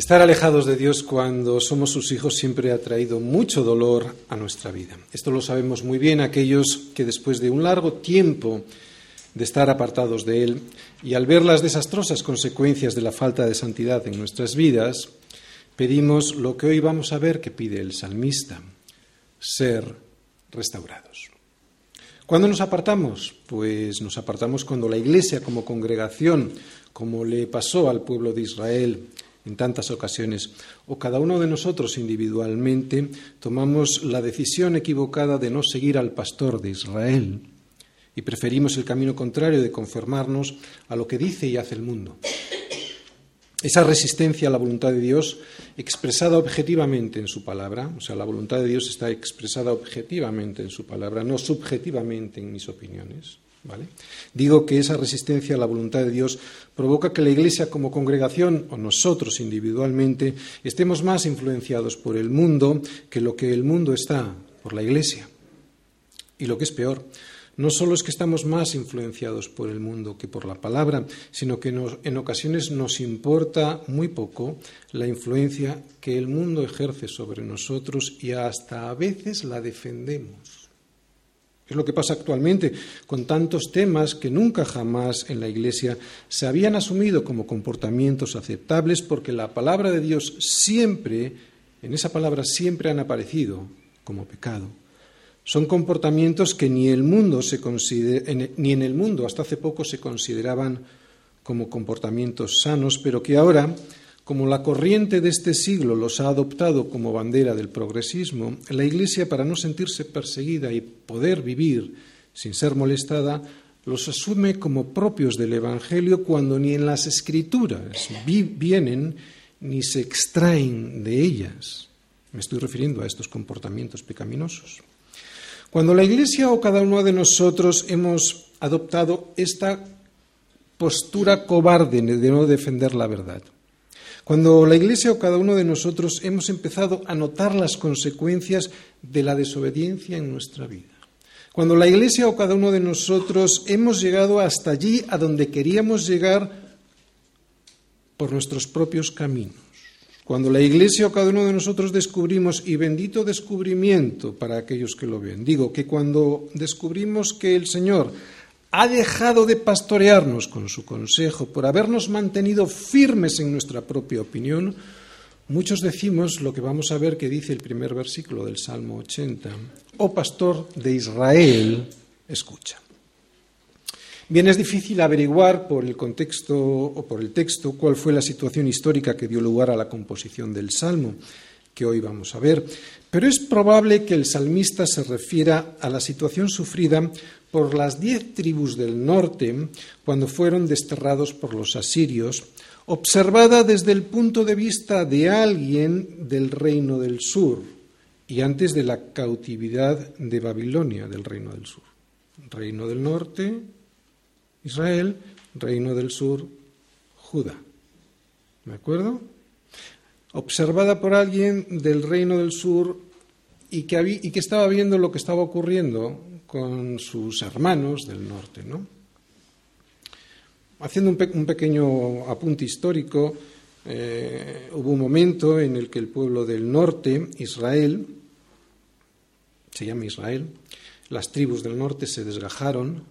Estar alejados de Dios cuando somos sus hijos siempre ha traído mucho dolor a nuestra vida. Esto lo sabemos muy bien aquellos que después de un largo tiempo de estar apartados de Él y al ver las desastrosas consecuencias de la falta de santidad en nuestras vidas, pedimos lo que hoy vamos a ver que pide el salmista: ser restaurados. ¿Cuándo nos apartamos? Pues nos apartamos cuando la Iglesia como congregación, como le pasó al pueblo de Israel en tantas ocasiones, o cada uno de nosotros individualmente, tomamos la decisión equivocada de no seguir al pastor de Israel y preferimos el camino contrario de conformarnos a lo que dice y hace el mundo. Esa resistencia a la voluntad de Dios expresada objetivamente en su palabra, o sea, la voluntad de Dios está expresada objetivamente en su palabra, no subjetivamente en mis opiniones, ¿vale? Digo que esa resistencia a la voluntad de Dios provoca que la Iglesia como congregación o nosotros individualmente estemos más influenciados por el mundo que lo que el mundo está por la Iglesia. Y lo que es peor, no solo es que estamos más influenciados por el mundo que por la palabra, sino que en ocasiones nos importa muy poco la influencia que el mundo ejerce sobre nosotros y hasta a veces la defendemos. Es lo que pasa actualmente con tantos temas que nunca jamás en la Iglesia se habían asumido como comportamientos aceptables, porque la palabra de Dios siempre, en esa palabra siempre han aparecido como pecado. Son comportamientos que ni en el mundo hasta hace poco se consideraban como comportamientos sanos, pero que ahora, como la corriente de este siglo los ha adoptado como bandera del progresismo, la Iglesia, para no sentirse perseguida y poder vivir sin ser molestada, los asume como propios del Evangelio cuando ni en las Escrituras vienen ni se extraen de ellas. Me estoy refiriendo a estos comportamientos pecaminosos. Cuando la Iglesia o cada uno de nosotros hemos adoptado esta postura cobarde de no defender la verdad, cuando la Iglesia o cada uno de nosotros hemos empezado a notar las consecuencias de la desobediencia en nuestra vida, cuando la Iglesia o cada uno de nosotros hemos llegado hasta allí a donde queríamos llegar por nuestros propios caminos, cuando la Iglesia o cada uno de nosotros descubrimos, y bendito descubrimiento para aquellos que lo ven, digo que cuando descubrimos que el Señor ha dejado de pastorearnos con su consejo por habernos mantenido firmes en nuestra propia opinión, muchos decimos lo que vamos a ver que dice el primer versículo del Salmo 80: «Oh pastor de Israel, escucha». Bien, es difícil averiguar por el contexto o por el texto cuál fue la situación histórica que dio lugar a la composición del Salmo que hoy vamos a ver, pero es probable que el salmista se refiera a la situación sufrida por las 10 tribus del norte cuando fueron desterrados por los asirios, observada desde el punto de vista de alguien del reino del sur y antes de la cautividad de Babilonia del reino del sur. Reino del norte, Israel; reino del sur, Judá. ¿De acuerdo? Observada por alguien del reino del sur y que estaba viendo lo que estaba ocurriendo con sus hermanos del norte, ¿no? Haciendo un pequeño apunte histórico, hubo un momento en el que el pueblo del norte, Israel, se llama Israel, las tribus del norte se desgajaron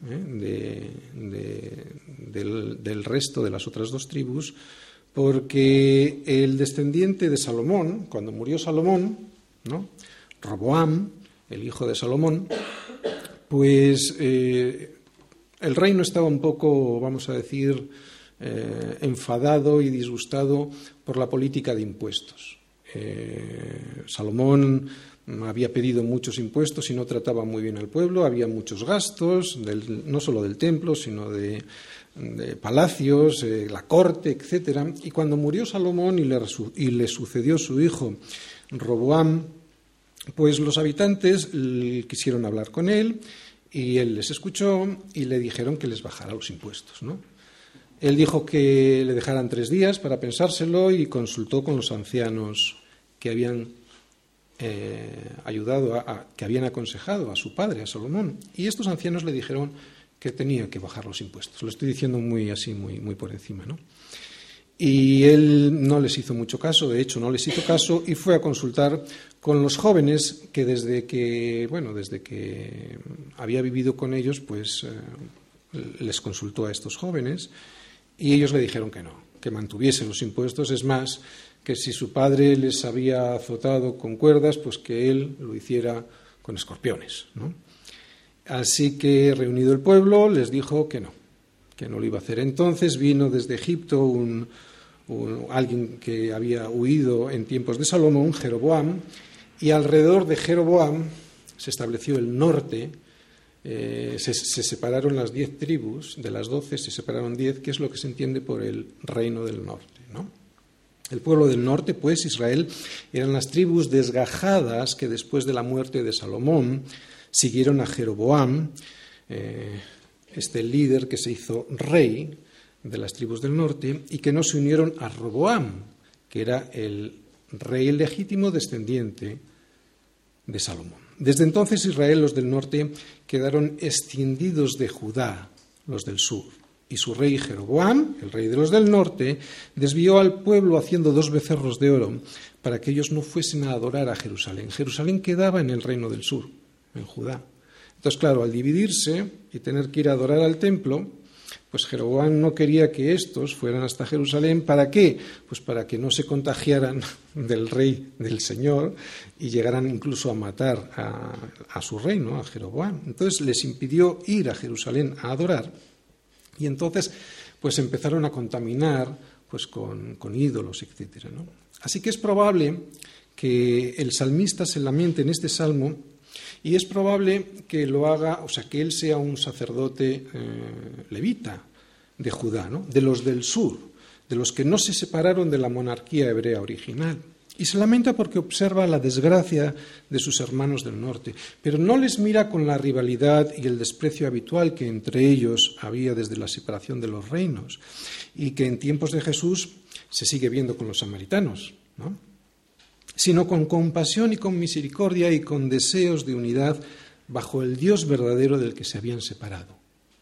del resto de las otras 2 tribus, porque el descendiente de Salomón, cuando murió Salomón, ¿no?, Roboam, el hijo de Salomón, pues el reino estaba un poco, vamos a decir, enfadado y disgustado por la política de impuestos. Salomón había pedido muchos impuestos y no trataba muy bien al pueblo, había muchos gastos, no solo del templo, sino de palacios, la corte, etc. Y cuando murió Salomón y le sucedió su hijo Roboam, pues los habitantes quisieron hablar con él y él les escuchó y le dijeron que les bajara los impuestos, ¿no? Él dijo que le dejaran 3 días para pensárselo y consultó con los ancianos que habían que habían aconsejado a su padre, a Salomón, y estos ancianos le dijeron que tenía que bajar los impuestos. Lo estoy diciendo muy por encima, ¿no? Y él no les hizo mucho caso, de hecho no les hizo caso, y fue a consultar con los jóvenes que desde que había vivido con ellos, pues les consultó a estos jóvenes y ellos le dijeron que no, que mantuviesen los impuestos, es más, que si su padre les había azotado con cuerdas, pues que él lo hiciera con escorpiones, ¿no? Así que, reunido el pueblo, les dijo que no lo iba a hacer. Entonces vino desde Egipto alguien que había huido en tiempos de Salomón, Jeroboam, y alrededor de Jeroboam se estableció el norte. Se separaron las 10 tribus, de las 12 se separaron 10, que es lo que se entiende por el reino del norte, ¿no? El pueblo del norte, pues, Israel, eran las tribus desgajadas que después de la muerte de Salomón siguieron a Jeroboam, este líder que se hizo rey de las tribus del norte, y que no se unieron a Roboam, que era el rey legítimo descendiente de Salomón. Desde entonces Israel, los del norte, quedaron escindidos de Judá, los del sur, y su rey Jeroboam, el rey de los del norte, desvió al pueblo haciendo 2 becerros de oro para que ellos no fuesen a adorar a Jerusalén. Jerusalén quedaba en el reino del sur, en Judá. Entonces, claro, al dividirse y tener que ir a adorar al templo, pues Jeroboam no quería que estos fueran hasta Jerusalén. ¿Para qué? Pues para que no se contagiaran del rey, del Señor, y llegaran incluso a matar a su rey, ¿no? A Jeroboam. Entonces les impidió ir a Jerusalén a adorar, y entonces pues empezaron a contaminar pues con ídolos, etcétera, ¿no? Así que es probable que el salmista se lamente en este salmo, y es probable que lo haga, o sea, que él sea un sacerdote levita de Judá, ¿no? De los del sur, de los que no se separaron de la monarquía hebrea original. Y se lamenta porque observa la desgracia de sus hermanos del norte, pero no les mira con la rivalidad y el desprecio habitual que entre ellos había desde la separación de los reinos, y que en tiempos de Jesús se sigue viendo con los samaritanos, ¿no? Sino con compasión y con misericordia y con deseos de unidad bajo el Dios verdadero del que se habían separado.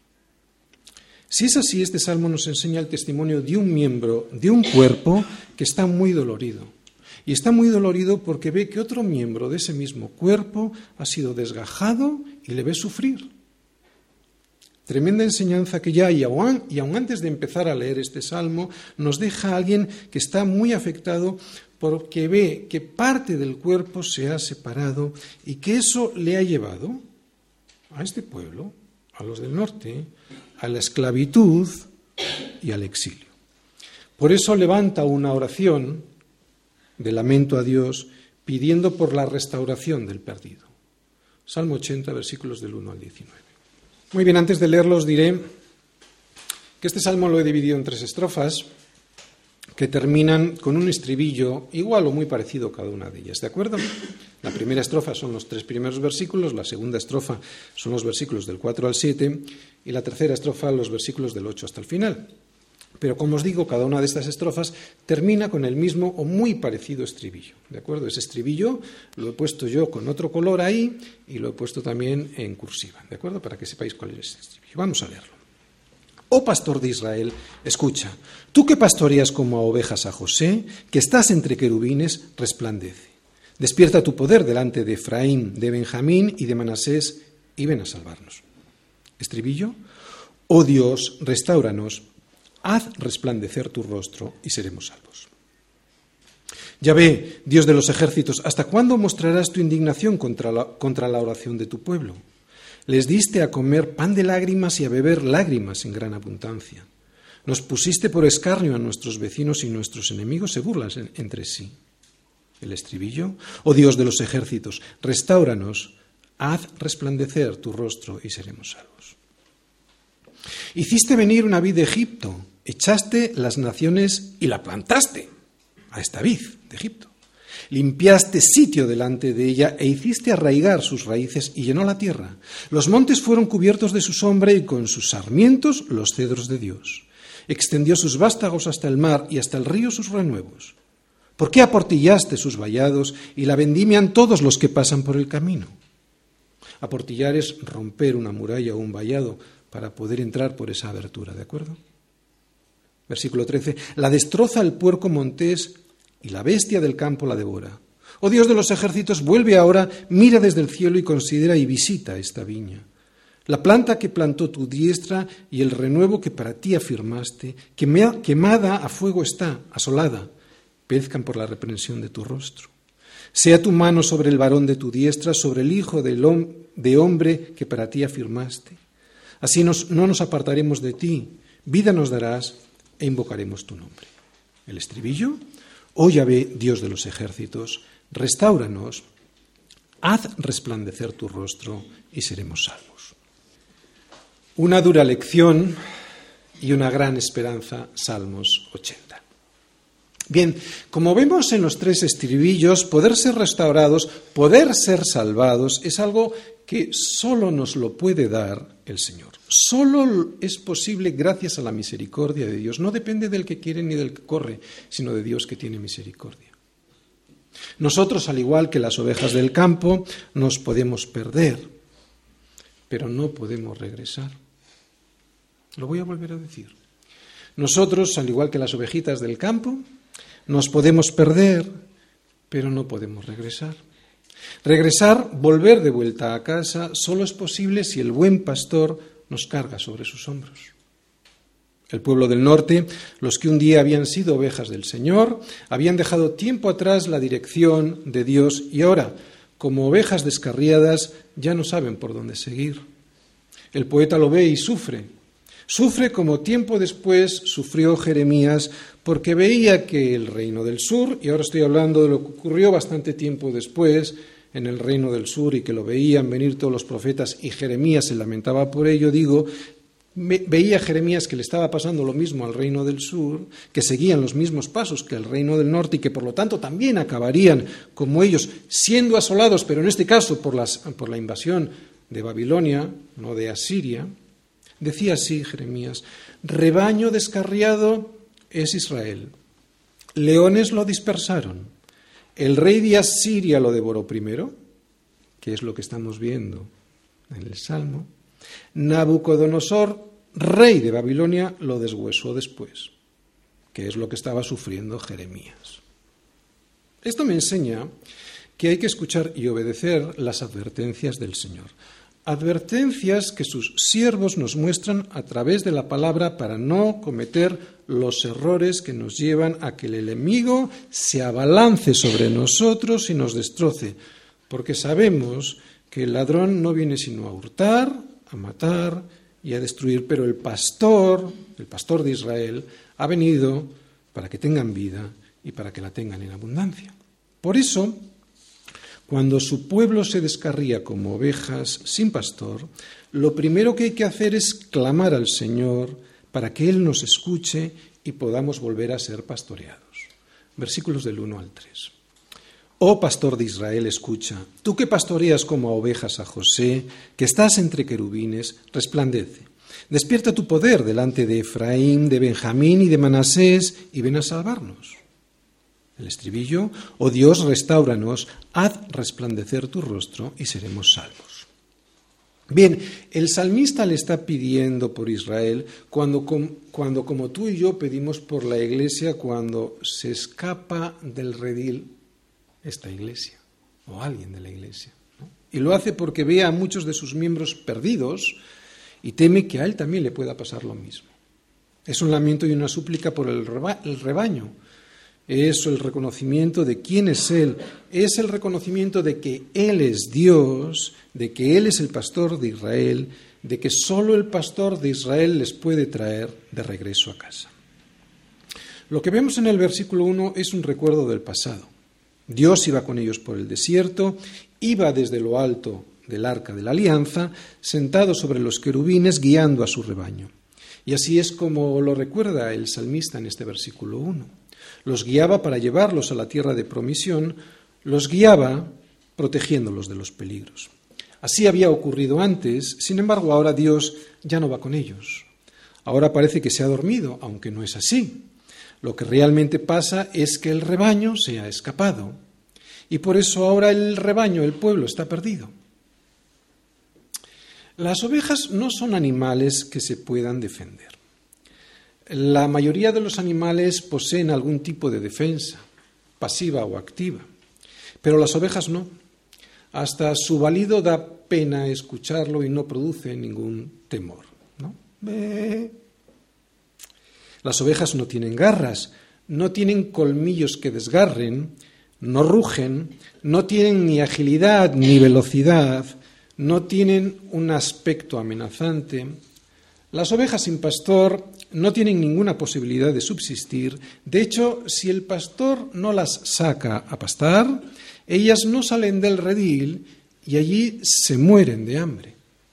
Si es así, este salmo nos enseña el testimonio de un miembro de un cuerpo que está muy dolorido. Y está muy dolorido porque ve que otro miembro de ese mismo cuerpo ha sido desgajado y le ve sufrir. Tremenda enseñanza que ya, y aún antes de empezar a leer este salmo, nos deja a alguien que está muy afectado porque ve que parte del cuerpo se ha separado y que eso le ha llevado a este pueblo, a los del norte, a la esclavitud y al exilio. Por eso levanta una oración de lamento a Dios pidiendo por la restauración del perdido. Salmo 80, versículos del 1 al 19. Muy bien, antes de leerlos diré que este salmo lo he dividido en 3 estrofas que terminan con un estribillo igual o muy parecido cada una de ellas, ¿de acuerdo? La primera estrofa son los 3 primeros versículos, la segunda estrofa son los versículos del 4 al 7 y la tercera estrofa los versículos del 8 hasta el final. Pero como os digo, cada una de estas estrofas termina con el mismo o muy parecido estribillo, ¿de acuerdo? Ese estribillo lo he puesto yo con otro color ahí y lo he puesto también en cursiva, ¿de acuerdo? Para que sepáis cuál es ese estribillo. Vamos a leerlo. Oh pastor de Israel, escucha, tú que pastoreas como a ovejas a José, que estás entre querubines, resplandece. Despierta tu poder delante de Efraín, de Benjamín y de Manasés, y ven a salvarnos. Estribillo. Oh Dios, restáuranos, haz resplandecer tu rostro y seremos salvos. Yahvé, Dios de los ejércitos, ¿hasta cuándo mostrarás tu indignación contra la oración de tu pueblo? Les diste a comer pan de lágrimas y a beber lágrimas en gran abundancia. Nos pusiste por escarnio a nuestros vecinos y nuestros enemigos se burlan entre sí. El estribillo. Oh Dios de los ejércitos, restáuranos, haz resplandecer tu rostro y seremos salvos. Hiciste venir una vid de Egipto, echaste las naciones y la plantaste, a esta vid de Egipto. Limpiaste sitio delante de ella e hiciste arraigar sus raíces y llenó la tierra. Los montes fueron cubiertos de su sombra y con sus sarmientos los cedros de Dios. Extendió sus vástagos hasta el mar y hasta el río sus renuevos. ¿Por qué aportillaste sus vallados y la vendimian todos los que pasan por el camino? Aportillar es romper una muralla o un vallado para poder entrar por esa abertura, ¿de acuerdo? Versículo 13. La destroza el puerco montés y la bestia del campo la devora. Oh Dios de los ejércitos, vuelve ahora, mira desde el cielo y considera y visita esta viña. La planta que plantó tu diestra y el renuevo que para ti afirmaste, quemada a fuego está, asolada, perezcan por la reprensión de tu rostro. Sea tu mano sobre el varón de tu diestra, sobre el hijo de hombre que para ti afirmaste. Así no nos apartaremos de ti, vida nos darás e invocaremos tu nombre. El estribillo. Oh Yahvé, Dios de los ejércitos, restáuranos, haz resplandecer tu rostro y seremos salvos. Una dura lección y una gran esperanza, Salmos 80. Bien, como vemos en los tres estribillos, poder ser restaurados, poder ser salvados, es algo que solo nos lo puede dar el Señor. Solo es posible gracias a la misericordia de Dios. No depende del que quiere ni del que corre, sino de Dios que tiene misericordia. Nosotros, al igual que las ovejas del campo, nos podemos perder, pero no podemos regresar. Lo voy a volver a decir. Nosotros, al igual que las ovejitas del campo, nos podemos perder, pero no podemos regresar. Regresar, volver de vuelta a casa, solo es posible si el buen pastor nos carga sobre sus hombros. El pueblo del norte, los que un día habían sido ovejas del Señor, habían dejado tiempo atrás la dirección de Dios y ahora, como ovejas descarriadas, ya no saben por dónde seguir. El poeta lo ve y sufre. Sufre como tiempo después sufrió Jeremías porque veía que el reino del sur, y ahora estoy hablando de lo que ocurrió bastante tiempo después en el reino del sur y que lo veían venir todos los profetas y Jeremías se lamentaba por ello, veía Jeremías que le estaba pasando lo mismo al reino del sur, que seguían los mismos pasos que el reino del norte y que por lo tanto también acabarían como ellos siendo asolados, pero en este caso por la invasión de Babilonia, no de Asiria. Decía así Jeremías: rebaño descarriado es Israel, leones lo dispersaron, el rey de Asiria lo devoró primero, que es lo que estamos viendo en el Salmo, Nabucodonosor, rey de Babilonia, lo deshuesó después, que es lo que estaba sufriendo Jeremías. Esto me enseña que hay que escuchar y obedecer las advertencias del Señor. Advertencias que sus siervos nos muestran a través de la palabra para no cometer los errores que nos llevan a que el enemigo se abalance sobre nosotros y nos destroce, porque sabemos que el ladrón no viene sino a hurtar, a matar y a destruir, pero el pastor de Israel, ha venido para que tengan vida y para que la tengan en abundancia. Por eso, cuando su pueblo se descarría como ovejas sin pastor, lo primero que hay que hacer es clamar al Señor para que Él nos escuche y podamos volver a ser pastoreados. Versículos del 1 al 3. Oh pastor de Israel, escucha, tú que pastoreas como a ovejas a José, que estás entre querubines, resplandece. Despierta tu poder delante de Efraín, de Benjamín y de Manasés y ven a salvarnos. El estribillo: oh Dios, restáuranos, haz resplandecer tu rostro y seremos salvos. Bien, el salmista le está pidiendo por Israel cuando como tú y yo pedimos por la iglesia cuando se escapa del redil esta iglesia o alguien de la iglesia, ¿no? Y lo hace porque ve a muchos de sus miembros perdidos y teme que a él también le pueda pasar lo mismo. Es un lamento y una súplica por el rebaño. Es el reconocimiento de quién es Él, es el reconocimiento de que Él es Dios, de que Él es el pastor de Israel, de que solo el pastor de Israel les puede traer de regreso a casa. Lo que vemos en el versículo 1 es un recuerdo del pasado. Dios iba con ellos por el desierto, iba desde lo alto del arca de la alianza, sentado sobre los querubines, guiando a su rebaño. Y así es como lo recuerda el salmista en este versículo 1. Los guiaba para llevarlos a la tierra de promisión, los guiaba protegiéndolos de los peligros. Así había ocurrido antes, sin embargo ahora Dios ya no va con ellos. Ahora parece que se ha dormido, aunque no es así. Lo que realmente pasa es que el rebaño se ha escapado y por eso ahora el rebaño, el pueblo, está perdido. Las ovejas no son animales que se puedan defender. La mayoría de los animales poseen algún tipo de defensa, pasiva o activa, pero las ovejas no. Hasta su balido da pena escucharlo y no produce ningún temor, ¿no? Las ovejas no tienen garras, no tienen colmillos que desgarren, no rugen, no tienen ni agilidad ni velocidad, no tienen un aspecto amenazante. Las ovejas sin pastor no tienen ninguna posibilidad de subsistir. De hecho, si el pastor no las saca a pastar, ellas no salen del redil y allí se mueren de hambre.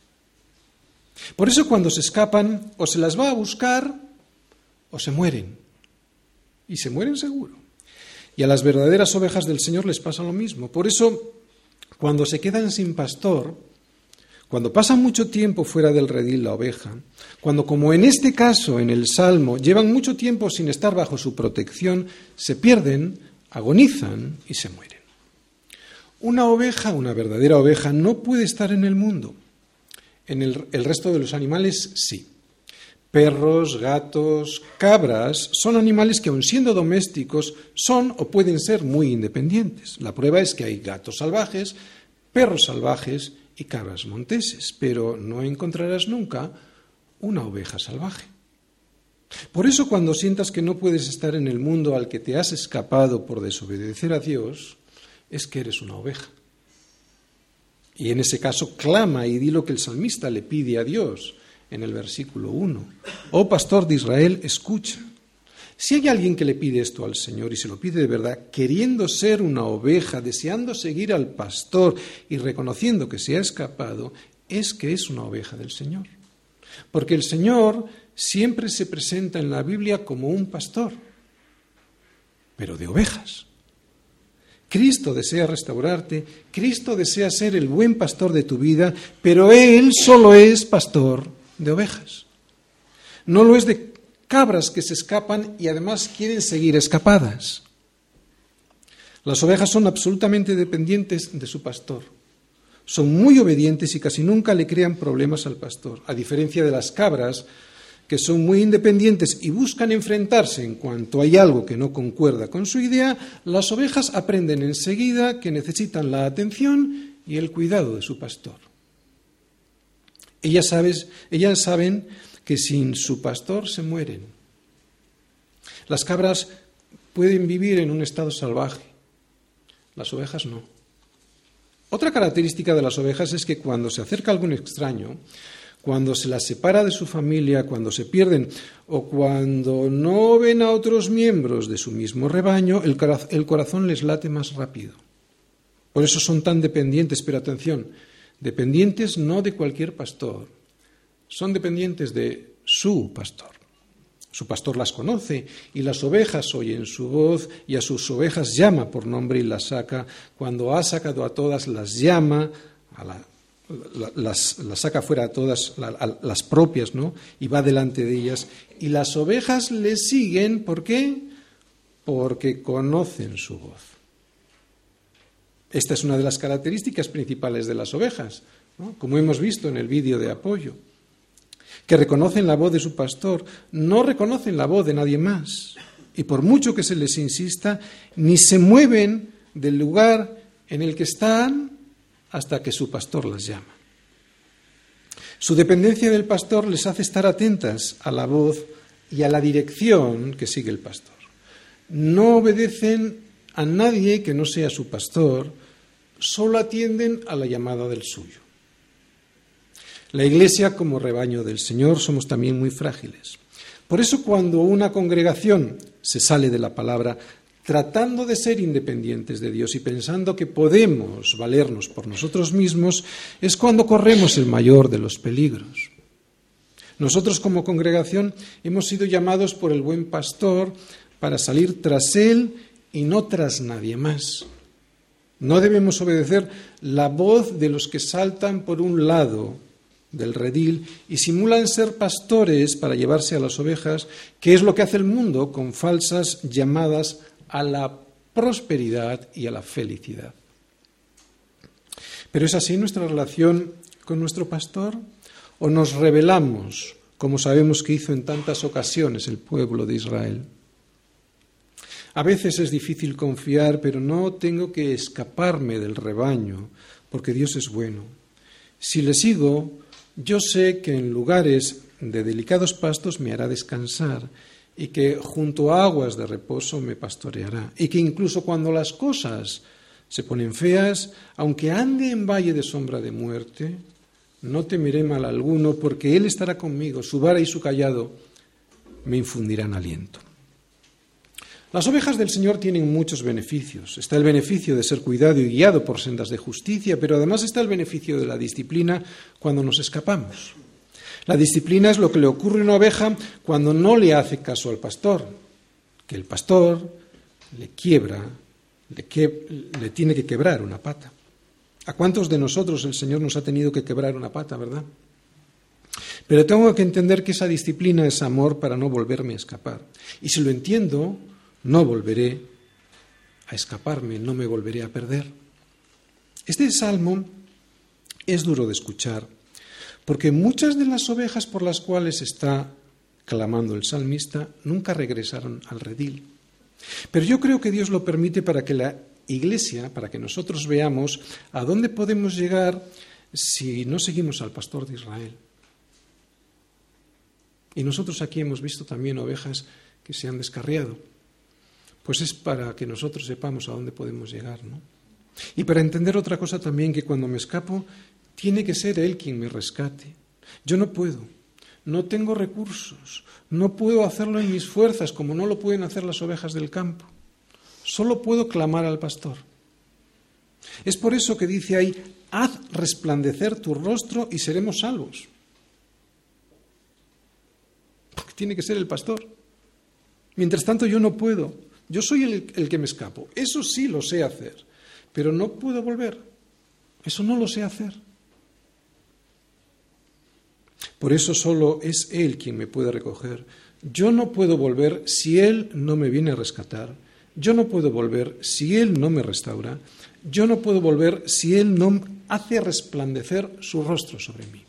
Por eso cuando se escapan, o se las va a buscar o se mueren. Y se mueren seguro. Y a las verdaderas ovejas del Señor les pasa lo mismo. Por eso, cuando se quedan sin pastor, cuando pasa mucho tiempo fuera del redil la oveja, cuando, como en este caso, en el Salmo, llevan mucho tiempo sin estar bajo su protección, se pierden, agonizan y se mueren. Una oveja, una verdadera oveja, no puede estar en el mundo. En el resto de los animales, sí. Perros, gatos, cabras son animales que, aun siendo domésticos, son o pueden ser muy independientes. La prueba es que hay gatos salvajes, perros salvajes y cabras monteses, pero no encontrarás nunca una oveja salvaje. Por eso, cuando sientas que no puedes estar en el mundo al que te has escapado por desobedecer a Dios, es que eres una oveja. Y en ese caso, clama y di lo que el salmista le pide a Dios en el versículo 1. Oh pastor de Israel, escucha. Si hay alguien que le pide esto al Señor y se lo pide de verdad, queriendo ser una oveja, deseando seguir al pastor y reconociendo que se ha escapado, es que es una oveja del Señor. Porque el Señor siempre se presenta en la Biblia como un pastor, pero de ovejas. Cristo desea restaurarte, Cristo desea ser el buen pastor de tu vida, pero Él solo es pastor de ovejas. No lo es de cabras que se escapan y además quieren seguir escapadas. Las ovejas son absolutamente dependientes de su pastor. Son muy obedientes y casi nunca le crean problemas al pastor, a diferencia de las cabras, que son muy independientes y buscan enfrentarse en cuanto hay algo que no concuerda con su idea. Las ovejas aprenden enseguida que necesitan la atención y el cuidado de su pastor. Ellas saben que sin su pastor se mueren. Las cabras pueden vivir en un estado salvaje, las ovejas no. Otra característica de las ovejas es que cuando se acerca algún extraño, cuando se las separa de su familia, cuando se pierden o cuando no ven a otros miembros de su mismo rebaño, el corazón les late más rápido. Por eso son tan dependientes, pero atención, dependientes no de cualquier pastor, son dependientes de su pastor. Su pastor las conoce y las ovejas oyen su voz y a sus ovejas llama por nombre y las saca. Cuando ha sacado a todas, las llama, las saca fuera a todas, las propias, ¿no? Y va delante de ellas. Y las ovejas le siguen, ¿por qué? Porque conocen su voz. Esta es una de las características principales de las ovejas, ¿no? Como hemos visto en el vídeo de apoyo, que reconocen la voz de su pastor, no reconocen la voz de nadie más. Y por mucho que se les insista, ni se mueven del lugar en el que están hasta que su pastor las llama. Su dependencia del pastor les hace estar atentas a la voz y a la dirección que sigue el pastor. No obedecen a nadie que no sea su pastor, solo atienden a la llamada del suyo. La Iglesia, como rebaño del Señor, somos también muy frágiles. Por eso, cuando una congregación se sale de la palabra, tratando de ser independientes de Dios y pensando que podemos valernos por nosotros mismos, es cuando corremos el mayor de los peligros. Nosotros, como congregación, hemos sido llamados por el buen pastor para salir tras él y no tras nadie más. No debemos obedecer la voz de los que saltan por un lado del redil y simulan ser pastores para llevarse a las ovejas, que es lo que hace el mundo con falsas llamadas a la prosperidad y a la felicidad. ¿Pero es así nuestra relación con nuestro pastor? ¿O nos rebelamos como sabemos que hizo en tantas ocasiones el pueblo de Israel. A veces es difícil confiar, pero no tengo que escaparme del rebaño, porque Dios es bueno. Si le sigo, yo sé que en lugares de delicados pastos me hará descansar y que junto a aguas de reposo me pastoreará, y que incluso cuando las cosas se ponen feas, aunque ande en valle de sombra de muerte, no temeré mal alguno, porque Él estará conmigo, su vara y su cayado me infundirán aliento. Las ovejas del Señor tienen muchos beneficios. Está el beneficio de ser cuidado y guiado por sendas de justicia, pero además está el beneficio de la disciplina cuando nos escapamos. La disciplina es lo que le ocurre a una oveja cuando no le hace caso al pastor, que el pastor le quiebra, le tiene que quebrar una pata. ¿A cuántos de nosotros el Señor nos ha tenido que quebrar una pata, verdad? Pero tengo que entender que esa disciplina es amor para no volverme a escapar. Y si lo entiendo, no volveré a escaparme, no me volveré a perder. Este salmo es duro de escuchar, porque muchas de las ovejas por las cuales está clamando el salmista nunca regresaron al redil. Pero yo creo que Dios lo permite para que la Iglesia, para que nosotros veamos a dónde podemos llegar si no seguimos al pastor de Israel. Y nosotros aquí hemos visto también ovejas que se han descarriado. Pues es para que nosotros sepamos a dónde podemos llegar, ¿no? Y para entender otra cosa también, que cuando me escapo, tiene que ser Él quien me rescate. Yo no puedo, no tengo recursos, no puedo hacerlo en mis fuerzas, como no lo pueden hacer las ovejas del campo. Solo puedo clamar al pastor. Es por eso que dice ahí, haz resplandecer tu rostro y seremos salvos. Porque tiene que ser el pastor. Mientras tanto yo no puedo. Yo soy el que me escapo. Eso sí lo sé hacer. Pero no puedo volver. Eso no lo sé hacer. Por eso solo es Él quien me puede recoger. Yo no puedo volver si Él no me viene a rescatar. Yo no puedo volver si Él no me restaura. Yo no puedo volver si Él no hace resplandecer su rostro sobre mí.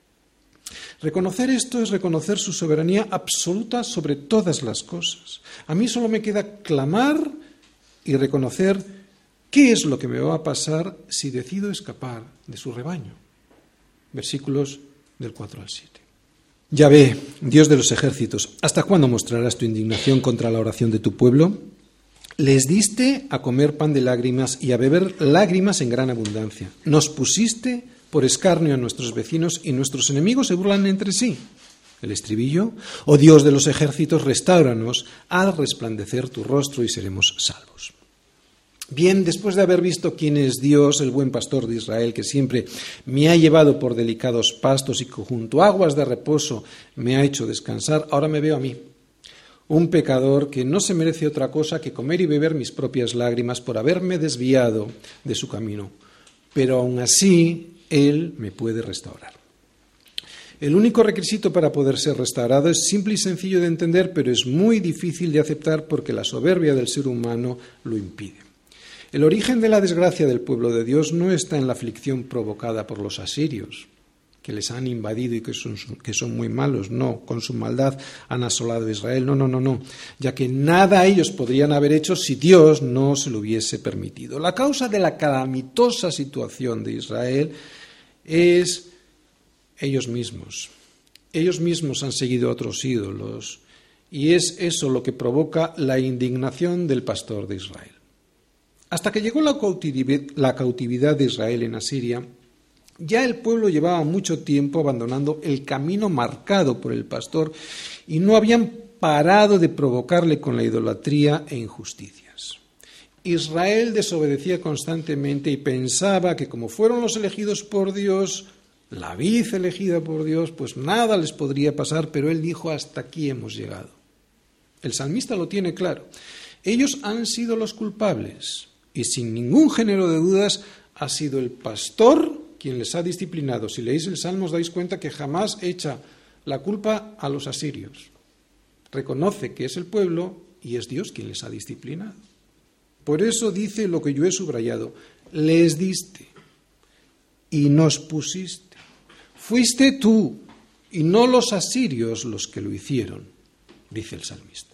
Reconocer esto es reconocer su soberanía absoluta sobre todas las cosas. A mí solo me queda clamar y reconocer qué es lo que me va a pasar si decido escapar de su rebaño. Versículos del 4 al 7. Yahvé, Dios de los ejércitos, ¿hasta cuándo mostrarás tu indignación contra la oración de tu pueblo? Les diste a comer pan de lágrimas y a beber lágrimas en gran abundancia. Nos pusiste por escarnio a nuestros vecinos y nuestros enemigos se burlan entre sí. El estribillo, oh Dios de los ejércitos, restáuranos, haz resplandecer tu rostro y seremos salvos. Bien, después de haber visto quién es Dios, el buen pastor de Israel, que siempre me ha llevado por delicados pastos y que junto a aguas de reposo me ha hecho descansar, ahora me veo a mí, un pecador que no se merece otra cosa que comer y beber mis propias lágrimas por haberme desviado de su camino. Pero aún así, Él me puede restaurar. El único requisito para poder ser restaurado es simple y sencillo de entender, pero es muy difícil de aceptar porque la soberbia del ser humano lo impide. El origen de la desgracia del pueblo de Dios no está en la aflicción provocada por los asirios, que les han invadido y que son muy malos. No, con su maldad han asolado a Israel. No, ya que nada ellos podrían haber hecho si Dios no se lo hubiese permitido. La causa de la calamitosa situación de Israel es ellos mismos. Ellos mismos han seguido a otros ídolos y es eso lo que provoca la indignación del pastor de Israel. Hasta que llegó la cautividad de Israel en Asiria, ya el pueblo llevaba mucho tiempo abandonando el camino marcado por el pastor y no habían parado de provocarle con la idolatría e injusticias. Israel desobedecía constantemente y pensaba que como fueron los elegidos por Dios, la vid elegida por Dios, pues nada les podría pasar, pero él dijo, hasta aquí hemos llegado. El salmista lo tiene claro. Ellos han sido los culpables y sin ningún género de dudas ha sido el pastor quien les ha disciplinado. Si leéis el Salmo os dais cuenta que jamás echa la culpa a los asirios. Reconoce que es el pueblo y es Dios quien les ha disciplinado. Por eso dice lo que yo he subrayado, les diste y nos pusiste. Fuiste tú y no los asirios los que lo hicieron, dice el salmista.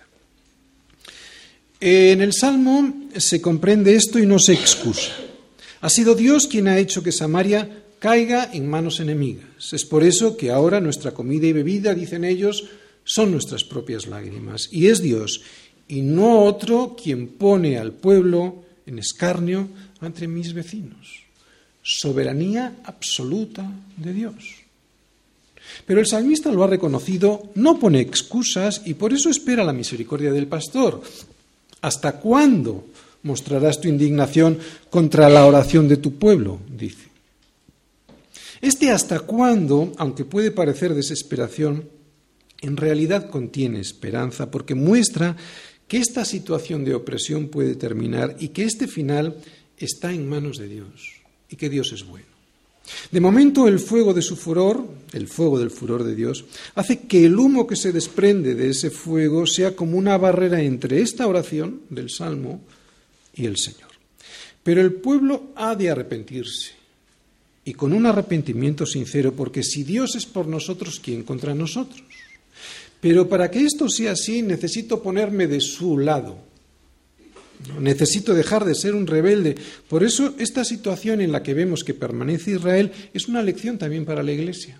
En el Salmo se comprende esto y no se excusa. Ha sido Dios quien ha hecho que Samaria caiga en manos enemigas. Es por eso que ahora nuestra comida y bebida, dicen ellos, son nuestras propias lágrimas. Y es Dios, y no otro, quien pone al pueblo en escarnio entre mis vecinos. Soberanía absoluta de Dios. Pero el salmista lo ha reconocido, no pone excusas y por eso espera la misericordia del pastor. ¿Hasta cuándo mostrarás tu indignación contra la oración de tu pueblo?, dice. Este hasta cuándo, aunque puede parecer desesperación, en realidad contiene esperanza porque muestra que esta situación de opresión puede terminar y que este final está en manos de Dios y que Dios es bueno. De momento el fuego de su furor, el fuego del furor de Dios, hace que el humo que se desprende de ese fuego sea como una barrera entre esta oración del Salmo y el Señor. Pero el pueblo ha de arrepentirse, y con un arrepentimiento sincero, porque si Dios es por nosotros, ¿quién contra nosotros? Pero para que esto sea así, necesito ponerme de su lado. Necesito dejar de ser un rebelde. Por eso esta situación en la que vemos que permanece Israel es una lección también para la Iglesia.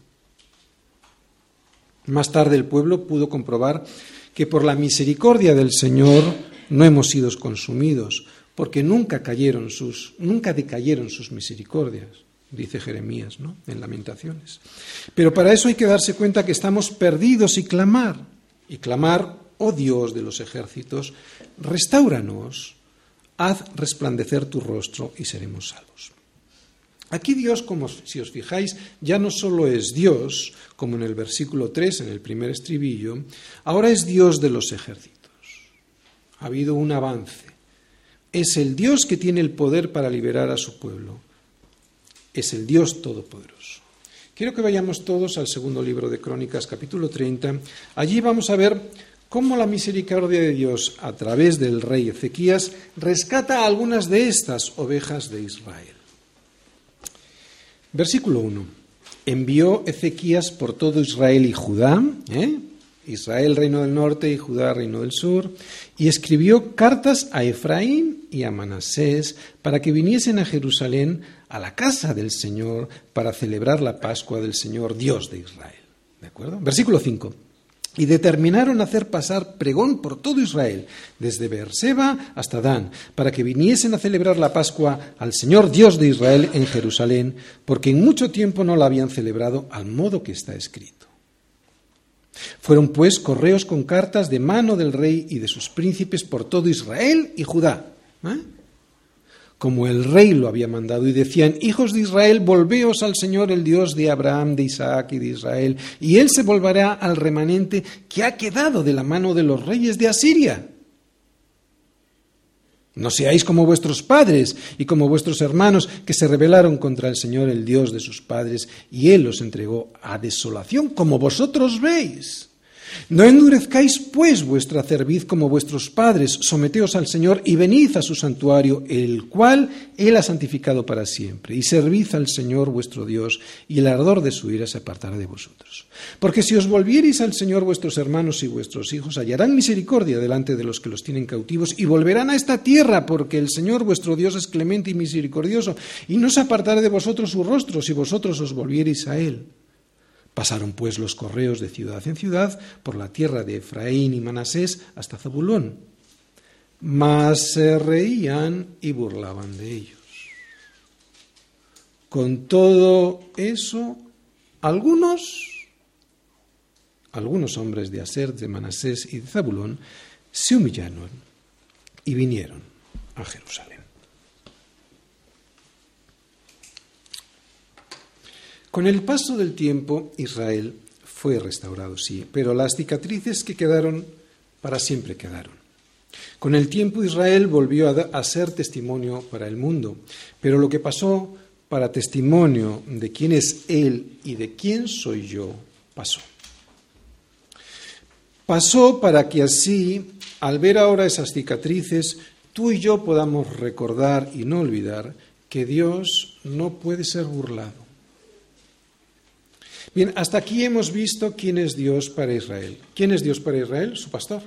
Más tarde el pueblo pudo comprobar que por la misericordia del Señor no hemos sido consumidos, porque nunca decayeron sus misericordias, dice Jeremías, ¿no?, en Lamentaciones. Pero para eso hay que darse cuenta que estamos perdidos y clamar, oh Dios de los ejércitos, restáuranos, haz resplandecer tu rostro y seremos salvos. Aquí Dios, como si os fijáis, ya no solo es Dios, como en el versículo 3, en el primer estribillo, ahora es Dios de los ejércitos. Ha habido un avance. Es el Dios que tiene el poder para liberar a su pueblo. Es el Dios todopoderoso. Quiero que vayamos todos al segundo libro de Crónicas, capítulo 30. Allí vamos a ver cómo la misericordia de Dios, a través del rey Ezequías, rescata a algunas de estas ovejas de Israel. Versículo 1. Envió Ezequías por todo Israel y Judá, Israel reino del norte y Judá reino del sur, y escribió cartas a Efraín y a Manasés para que viniesen a Jerusalén a la casa del Señor para celebrar la Pascua del Señor Dios de Israel. ¿De acuerdo? Versículo 5. Y determinaron hacer pasar pregón por todo Israel, desde Beerseba hasta Dan, para que viniesen a celebrar la Pascua al Señor Dios de Israel en Jerusalén, porque en mucho tiempo no la habían celebrado al modo que está escrito. Fueron pues correos con cartas de mano del rey y de sus príncipes por todo Israel y Judá, como el rey lo había mandado, y decían: hijos de Israel, volveos al Señor, el Dios de Abraham, de Isaac y de Israel, y Él se volverá al remanente que ha quedado de la mano de los reyes de Asiria. No seáis como vuestros padres y como vuestros hermanos, que se rebelaron contra el Señor, el Dios de sus padres, y Él los entregó a desolación, como vosotros veis. No endurezcáis, pues, vuestra cerviz como vuestros padres, someteos al Señor y venid a su santuario, el cual Él ha santificado para siempre, y servid al Señor vuestro Dios, y el ardor de su ira se apartará de vosotros. Porque si os volviereis al Señor, vuestros hermanos y vuestros hijos hallarán misericordia delante de los que los tienen cautivos, y volverán a esta tierra, porque el Señor vuestro Dios es clemente y misericordioso, y no se apartará de vosotros su rostro, si vosotros os volviereis a Él. Pasaron pues los correos de ciudad en ciudad por la tierra de Efraín y Manasés hasta Zabulón, mas se reían y burlaban de ellos. Con todo eso, algunos hombres de Aser, de Manasés y de Zabulón se humillaron y vinieron a Jerusalén. Con el paso del tiempo, Israel fue restaurado, sí, pero las cicatrices que quedaron, para siempre quedaron. Con el tiempo, Israel volvió a ser testimonio para el mundo, pero lo que pasó para testimonio de quién es Él y de quién soy yo, pasó. Pasó para que así, al ver ahora esas cicatrices, tú y yo podamos recordar y no olvidar que Dios no puede ser burlado. Bien, hasta aquí hemos visto quién es Dios para Israel. ¿Quién es Dios para Israel? Su pastor.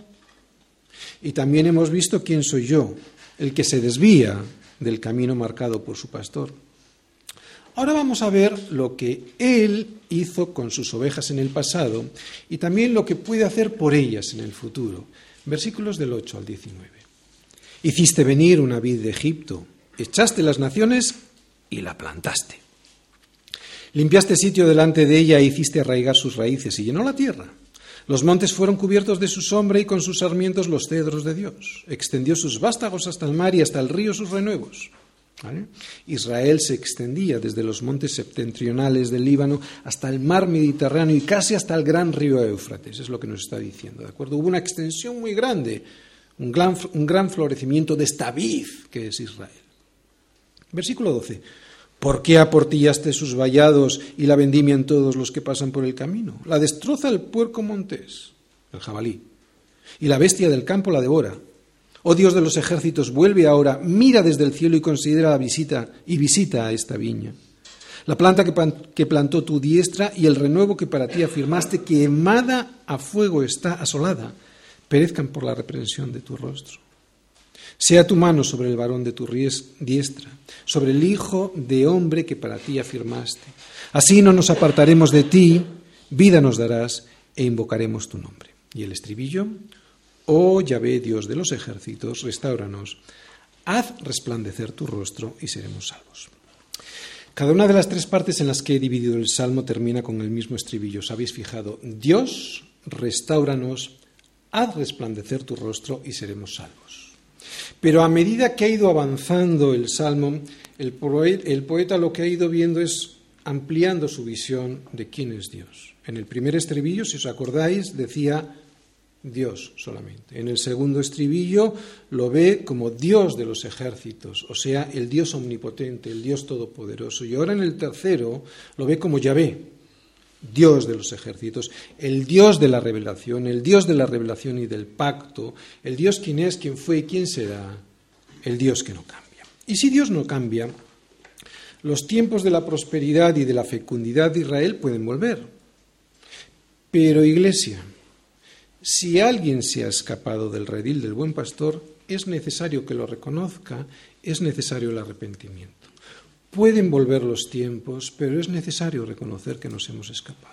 Y también hemos visto quién soy yo, el que se desvía del camino marcado por su pastor. Ahora vamos a ver lo que Él hizo con sus ovejas en el pasado y también lo que puede hacer por ellas en el futuro. Versículos del 8 al 19. Hiciste venir una vid de Egipto, echaste las naciones y la plantaste. Limpiaste sitio delante de ella e hiciste arraigar sus raíces y llenó la tierra. Los montes fueron cubiertos de su sombra y con sus sarmientos los cedros de Dios. Extendió sus vástagos hasta el mar y hasta el río sus renuevos. ¿Vale? Israel se extendía desde los montes septentrionales del Líbano hasta el mar Mediterráneo y casi hasta el gran río Éufrates, es lo que nos está diciendo, ¿de acuerdo? Hubo una extensión muy grande, un gran florecimiento de esta vid que es Israel. Versículo 12. ¿Por qué aportillaste sus vallados y la vendimian todos los que pasan por el camino? La destroza el puerco montés, el jabalí, y la bestia del campo la devora. Oh Dios de los ejércitos, vuelve ahora, mira desde el cielo y considera la visita a esta viña. La planta que plantó tu diestra y el renuevo que para ti afirmaste, quemada a fuego está, asolada, perezcan por la reprensión de tu rostro. Sea tu mano sobre el varón de tu diestra, sobre el hijo de hombre que para ti afirmaste. Así no nos apartaremos de ti, vida nos darás e invocaremos tu nombre. Y el estribillo: Oh Yahvé, Dios de los ejércitos, restáuranos, haz resplandecer tu rostro y seremos salvos. Cada una de las tres partes en las que he dividido el Salmo termina con el mismo estribillo. ¿Os habéis fijado? Dios, restáuranos, haz resplandecer tu rostro y seremos salvos. Pero a medida que ha ido avanzando el Salmo, el poeta lo que ha ido viendo es ampliando su visión de quién es Dios. En el primer estribillo, si os acordáis, decía Dios solamente. En el segundo estribillo lo ve como Dios de los ejércitos, o sea, el Dios omnipotente, el Dios todopoderoso. Y ahora en el tercero lo ve como Yahvé, Dios de los ejércitos, el Dios de la revelación y del pacto, el Dios quién es, quién fue y quién será, el Dios que no cambia. Y si Dios no cambia, los tiempos de la prosperidad y de la fecundidad de Israel pueden volver. Pero, Iglesia, si alguien se ha escapado del redil del buen pastor, es necesario que lo reconozca, es necesario el arrepentimiento. Pueden volver los tiempos, pero es necesario reconocer que nos hemos escapado.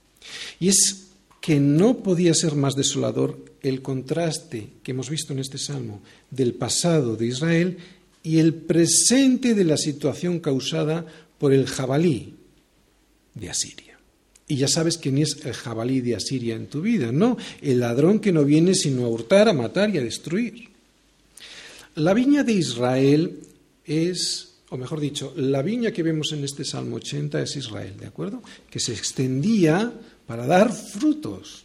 Y es que no podía ser más desolador el contraste que hemos visto en este salmo del pasado de Israel y el presente de la situación causada por el jabalí de Asiria. Y ya sabes quién es el jabalí de Asiria en tu vida, ¿no? El ladrón que no viene sino a hurtar, a matar y a destruir. La viña de Israel es, o mejor dicho, la viña que vemos en este Salmo 80 es Israel, ¿de acuerdo? Que se extendía para dar frutos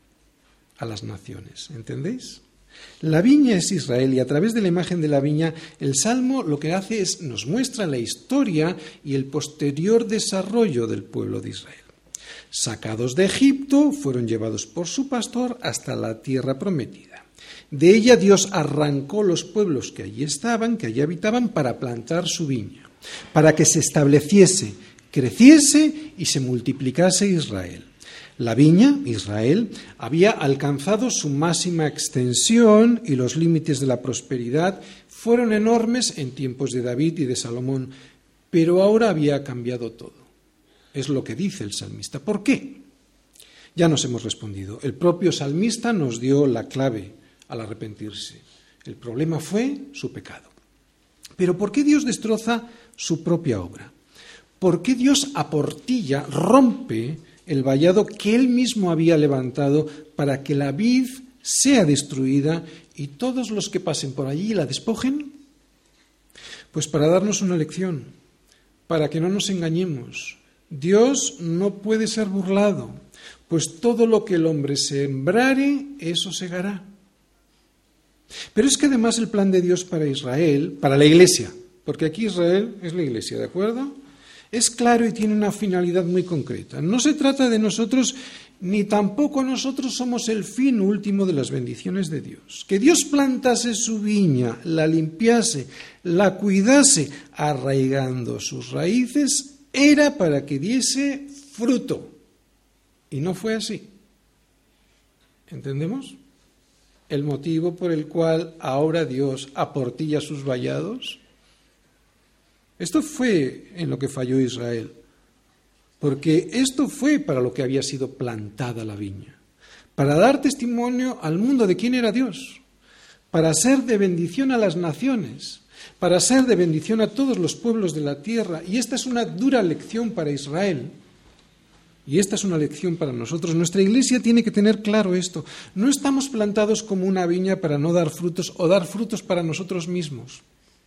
a las naciones, ¿entendéis? La viña es Israel y a través de la imagen de la viña, el Salmo lo que hace es nos muestra la historia y el posterior desarrollo del pueblo de Israel. Sacados de Egipto, fueron llevados por su pastor hasta la tierra prometida. De ella Dios arrancó los pueblos que allí estaban, que allí habitaban, para plantar su viña, para que se estableciese, creciese y se multiplicase Israel. La viña, Israel, había alcanzado su máxima extensión y los límites de la prosperidad fueron enormes en tiempos de David y de Salomón, pero ahora había cambiado todo. Es lo que dice el salmista. ¿Por qué? Ya nos hemos respondido. El propio salmista nos dio la clave al arrepentirse. El problema fue su pecado. Pero ¿por qué Dios destroza su propia obra? ¿Por qué Dios aportilla, rompe el vallado que Él mismo había levantado para que la vid sea destruida y todos los que pasen por allí la despojen? Pues para darnos una lección, para que no nos engañemos. Dios no puede ser burlado, pues todo lo que el hombre sembrare, eso segará. Pero es que además el plan de Dios para Israel, para la Iglesia, porque aquí Israel es la Iglesia, ¿de acuerdo? Es claro y tiene una finalidad muy concreta. No se trata de nosotros, ni tampoco nosotros somos el fin último de las bendiciones de Dios. Que Dios plantase su viña, la limpiase, la cuidase, arraigando sus raíces, era para que diese fruto. Y no fue así. ¿Entendemos? El motivo por el cual ahora Dios aportilla sus vallados. Esto fue en lo que falló Israel, porque esto fue para lo que había sido plantada la viña, para dar testimonio al mundo de quién era Dios, para ser de bendición a las naciones, para ser de bendición a todos los pueblos de la tierra. Y esta es una dura lección para Israel. Y esta es una lección para nosotros. Nuestra Iglesia tiene que tener claro esto. No estamos plantados como una viña para no dar frutos o dar frutos para nosotros mismos.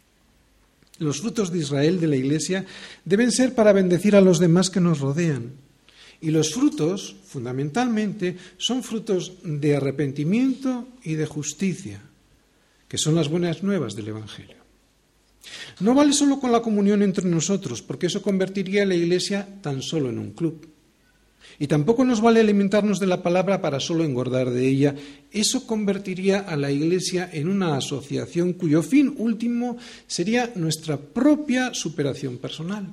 Los frutos de Israel, de la Iglesia, deben ser para bendecir a los demás que nos rodean. Y los frutos, fundamentalmente, son frutos de arrepentimiento y de justicia, que son las buenas nuevas del Evangelio. No vale solo con la comunión entre nosotros, porque eso convertiría a la Iglesia tan solo en un club. Y tampoco nos vale alimentarnos de la palabra para solo engordar de ella. Eso convertiría a la Iglesia en una asociación cuyo fin último sería nuestra propia superación personal,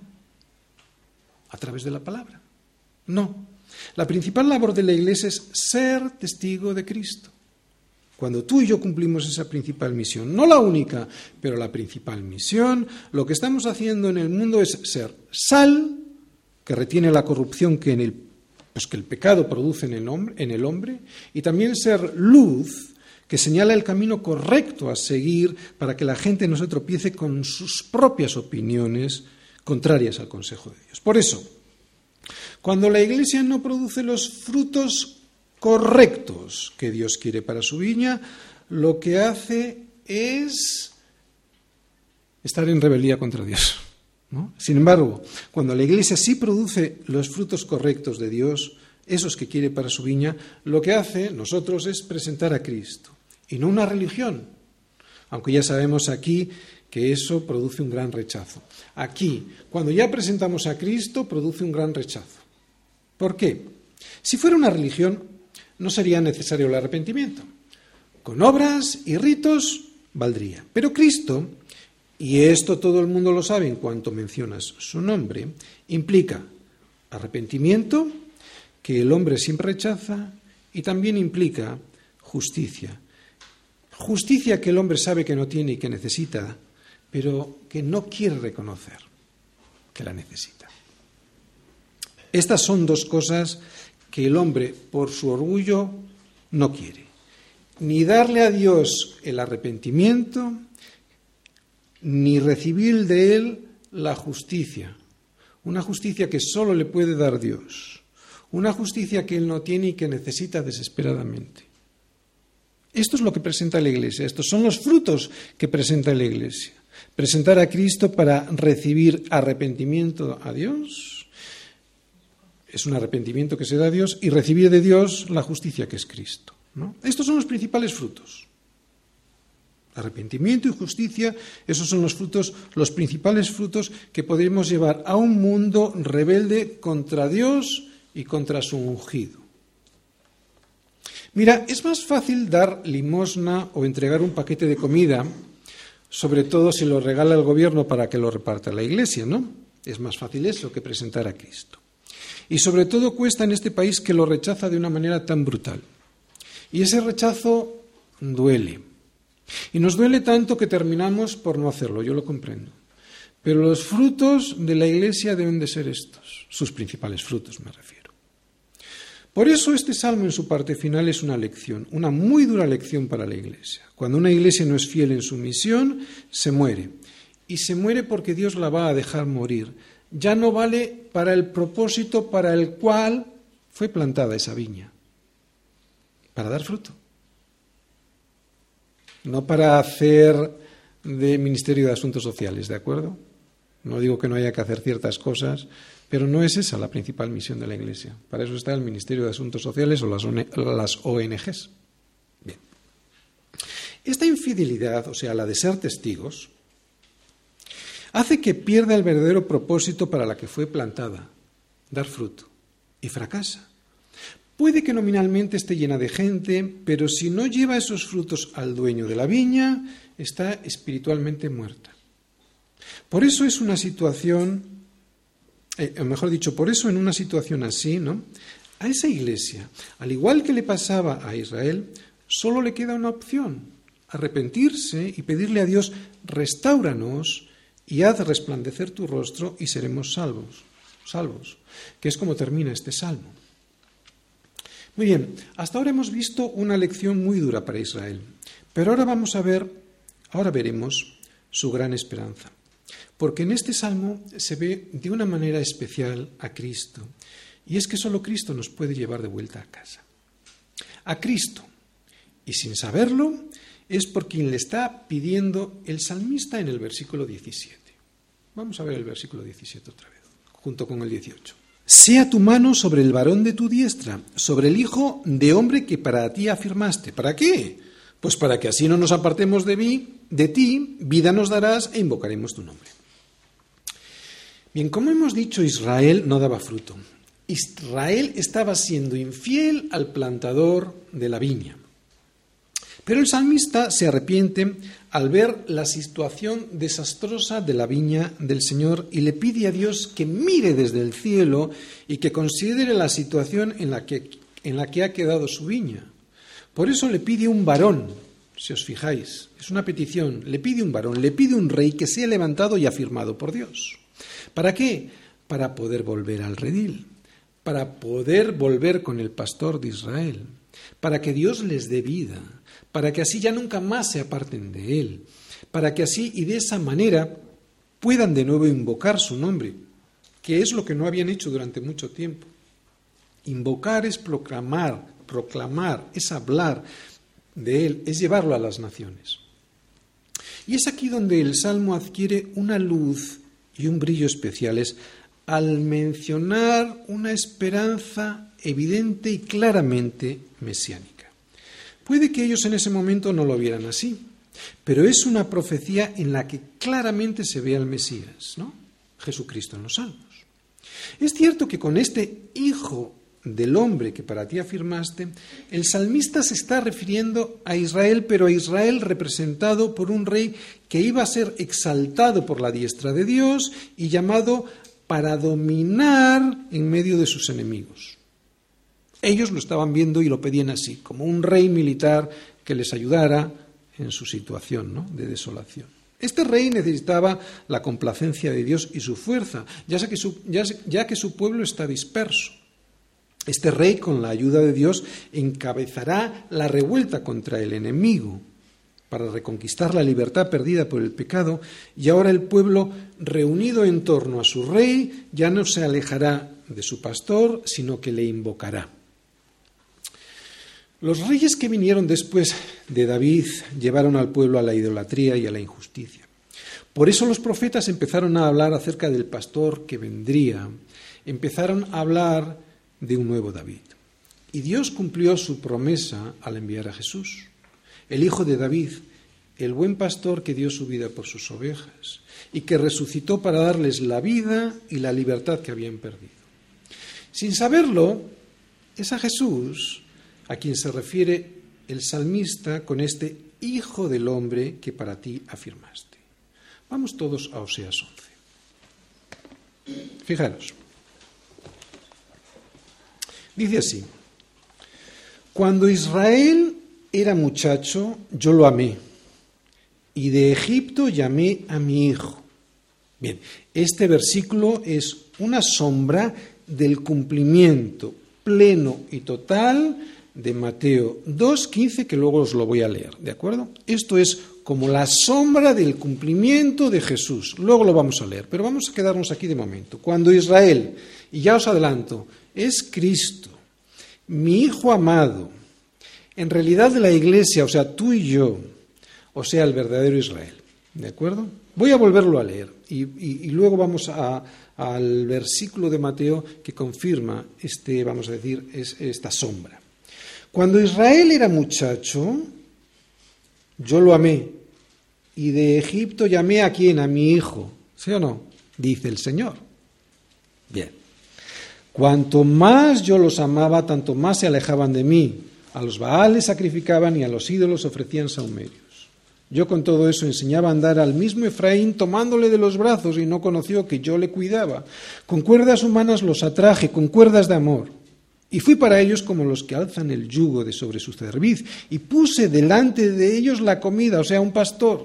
a través de la palabra. No. La principal labor de la Iglesia es ser testigo de Cristo. Cuando tú y yo cumplimos esa principal misión, no la única, pero la principal misión, lo que estamos haciendo en el mundo es ser sal, que retiene la corrupción que el pecado produce en el hombre, y también ser luz, que señala el camino correcto a seguir para que la gente no se tropiece con sus propias opiniones contrarias al consejo de Dios. Por eso, cuando la Iglesia no produce los frutos correctos que Dios quiere para su viña, lo que hace es estar en rebeldía contra Dios, ¿no? Sin embargo, cuando la Iglesia sí produce los frutos correctos de Dios, esos que quiere para su viña, lo que hace nosotros es presentar a Cristo, y no una religión, aunque ya sabemos aquí que eso produce un gran rechazo. Aquí, cuando ya presentamos a Cristo, produce un gran rechazo. ¿Por qué? Si fuera una religión, no sería necesario el arrepentimiento. Con obras y ritos valdría. Pero Cristo, y esto todo el mundo lo sabe en cuanto mencionas su nombre, implica arrepentimiento, que el hombre siempre rechaza, y también implica justicia. Justicia que el hombre sabe que no tiene y que necesita, pero que no quiere reconocer que la necesita. Estas son dos cosas que el hombre, por su orgullo, no quiere. Ni darle a Dios el arrepentimiento, ni recibir de Él la justicia. Una justicia que solo le puede dar Dios. Una justicia que Él no tiene y que necesita desesperadamente. Esto es lo que presenta la Iglesia. Estos son los frutos que presenta la Iglesia. Presentar a Cristo para recibir arrepentimiento a Dios. Es un arrepentimiento que se da a Dios, y recibir de Dios la justicia que es Cristo, ¿no? Estos son los principales frutos. Arrepentimiento y justicia, esos son los frutos, los principales frutos que podremos llevar a un mundo rebelde contra Dios y contra su ungido. Mira, es más fácil dar limosna o entregar un paquete de comida, sobre todo si lo regala el gobierno para que lo reparta la Iglesia, ¿no? Es más fácil eso que presentar a Cristo. Y sobre todo cuesta en este país que lo rechaza de una manera tan brutal. Y ese rechazo duele. Y nos duele tanto que terminamos por no hacerlo, yo lo comprendo. Pero los frutos de la Iglesia deben de ser estos, sus principales frutos me refiero. Por eso este salmo en su parte final es una lección, una muy dura lección para la Iglesia. Cuando una Iglesia no es fiel en su misión, se muere. Y se muere porque Dios la va a dejar morir. Ya no vale para el propósito para el cual fue plantada esa viña, para dar fruto. No para hacer de Ministerio de Asuntos Sociales, ¿de acuerdo? No digo que no haya que hacer ciertas cosas, pero no es esa la principal misión de la Iglesia. Para eso está el Ministerio de Asuntos Sociales o las ONGs. Bien. Esta infidelidad, o sea, la de ser testigos, hace que pierda el verdadero propósito para la que fue plantada, dar fruto, y fracasa. Puede que nominalmente esté llena de gente, pero si no lleva esos frutos al dueño de la viña, está espiritualmente muerta. Por eso es una situación, por eso en una situación así, ¿no? A esa iglesia, al igual que le pasaba a Israel, solo le queda una opción: arrepentirse y pedirle a Dios: restáuranos y haz resplandecer tu rostro y seremos salvos, que es como termina este salmo. Muy bien, hasta ahora hemos visto una lección muy dura para Israel, pero ahora veremos su gran esperanza, porque en este salmo se ve de una manera especial a Cristo, y es que solo Cristo nos puede llevar de vuelta a casa. A Cristo, y sin saberlo, es por quien le está pidiendo el salmista en el versículo 17. Vamos a ver el versículo 17 otra vez, junto con el 18. Sea tu mano sobre el varón de tu diestra, sobre el hijo de hombre que para ti afirmaste. ¿Para qué? Pues para que así no nos apartemos de ti, vida nos darás e invocaremos tu nombre. Bien, como hemos dicho, Israel no daba fruto. Israel estaba siendo infiel al plantador de la viña. Pero el salmista se arrepiente al ver la situación desastrosa de la viña del Señor y le pide a Dios que mire desde el cielo y que considere la situación en la que ha quedado su viña. Por eso le pide un varón, si os fijáis, es una petición, le pide un varón, le pide un rey que sea levantado y afirmado por Dios. ¿Para qué? Para poder volver al redil, para poder volver con el pastor de Israel, para que Dios les dé vida, para que así ya nunca más se aparten de él, para que así y de esa manera puedan de nuevo invocar su nombre, que es lo que no habían hecho durante mucho tiempo. Invocar es proclamar, es hablar de él, es llevarlo a las naciones. Y es aquí donde el Salmo adquiere una luz y un brillo especiales al mencionar una esperanza evidente y claramente mesiánica. Puede que ellos en ese momento no lo vieran así, pero es una profecía en la que claramente se ve al Mesías, ¿no? Jesucristo en los Salmos. Es cierto que con este hijo del hombre que para ti afirmaste, el salmista se está refiriendo a Israel, pero a Israel representado por un rey que iba a ser exaltado por la diestra de Dios y llamado para dominar en medio de sus enemigos. Ellos lo estaban viendo y lo pedían así, como un rey militar que les ayudara en su situación, ¿no?, de desolación. Este rey necesitaba la complacencia de Dios y su fuerza, ya que su pueblo está disperso. Este rey, con la ayuda de Dios, encabezará la revuelta contra el enemigo para reconquistar la libertad perdida por el pecado, y ahora el pueblo, reunido en torno a su rey, ya no se alejará de su pastor, sino que le invocará. Los reyes que vinieron después de David llevaron al pueblo a la idolatría y a la injusticia. Por eso los profetas empezaron a hablar acerca del pastor que vendría, empezaron a hablar de un nuevo David. Y Dios cumplió su promesa al enviar a Jesús, el hijo de David, el buen pastor que dio su vida por sus ovejas y que resucitó para darles la vida y la libertad que habían perdido. Sin saberlo, es a Jesús a quien se refiere el salmista con este hijo del hombre que para ti afirmaste. Vamos todos a Oseas 11. Fijaros. Dice así: cuando Israel era muchacho, yo lo amé, y de Egipto llamé a mi hijo. Bien, este versículo es una sombra del cumplimiento pleno y total de Mateo 2:15, que luego os lo voy a leer, ¿de acuerdo? Esto es como la sombra del cumplimiento de Jesús. Luego lo vamos a leer, pero vamos a quedarnos aquí de momento. Cuando Israel, y ya os adelanto, es Cristo, mi Hijo amado, en realidad de la Iglesia, o sea, tú y yo, o sea, el verdadero Israel, ¿de acuerdo? Voy a volverlo a leer y luego vamos al versículo de Mateo que confirma esta sombra. Cuando Israel era muchacho, yo lo amé, y de Egipto llamé ¿a quién? A mi hijo, ¿sí o no? Dice el Señor. Bien. Cuanto más yo los amaba, tanto más se alejaban de mí. A los Baales sacrificaban y a los ídolos ofrecían sahumerios. Yo con todo eso enseñaba a andar al mismo Efraín tomándole de los brazos y no conoció que yo le cuidaba. Con cuerdas humanas los atraje, con cuerdas de amor. Y fui para ellos como los que alzan el yugo de sobre su cerviz, y puse delante de ellos la comida, o sea, un pastor.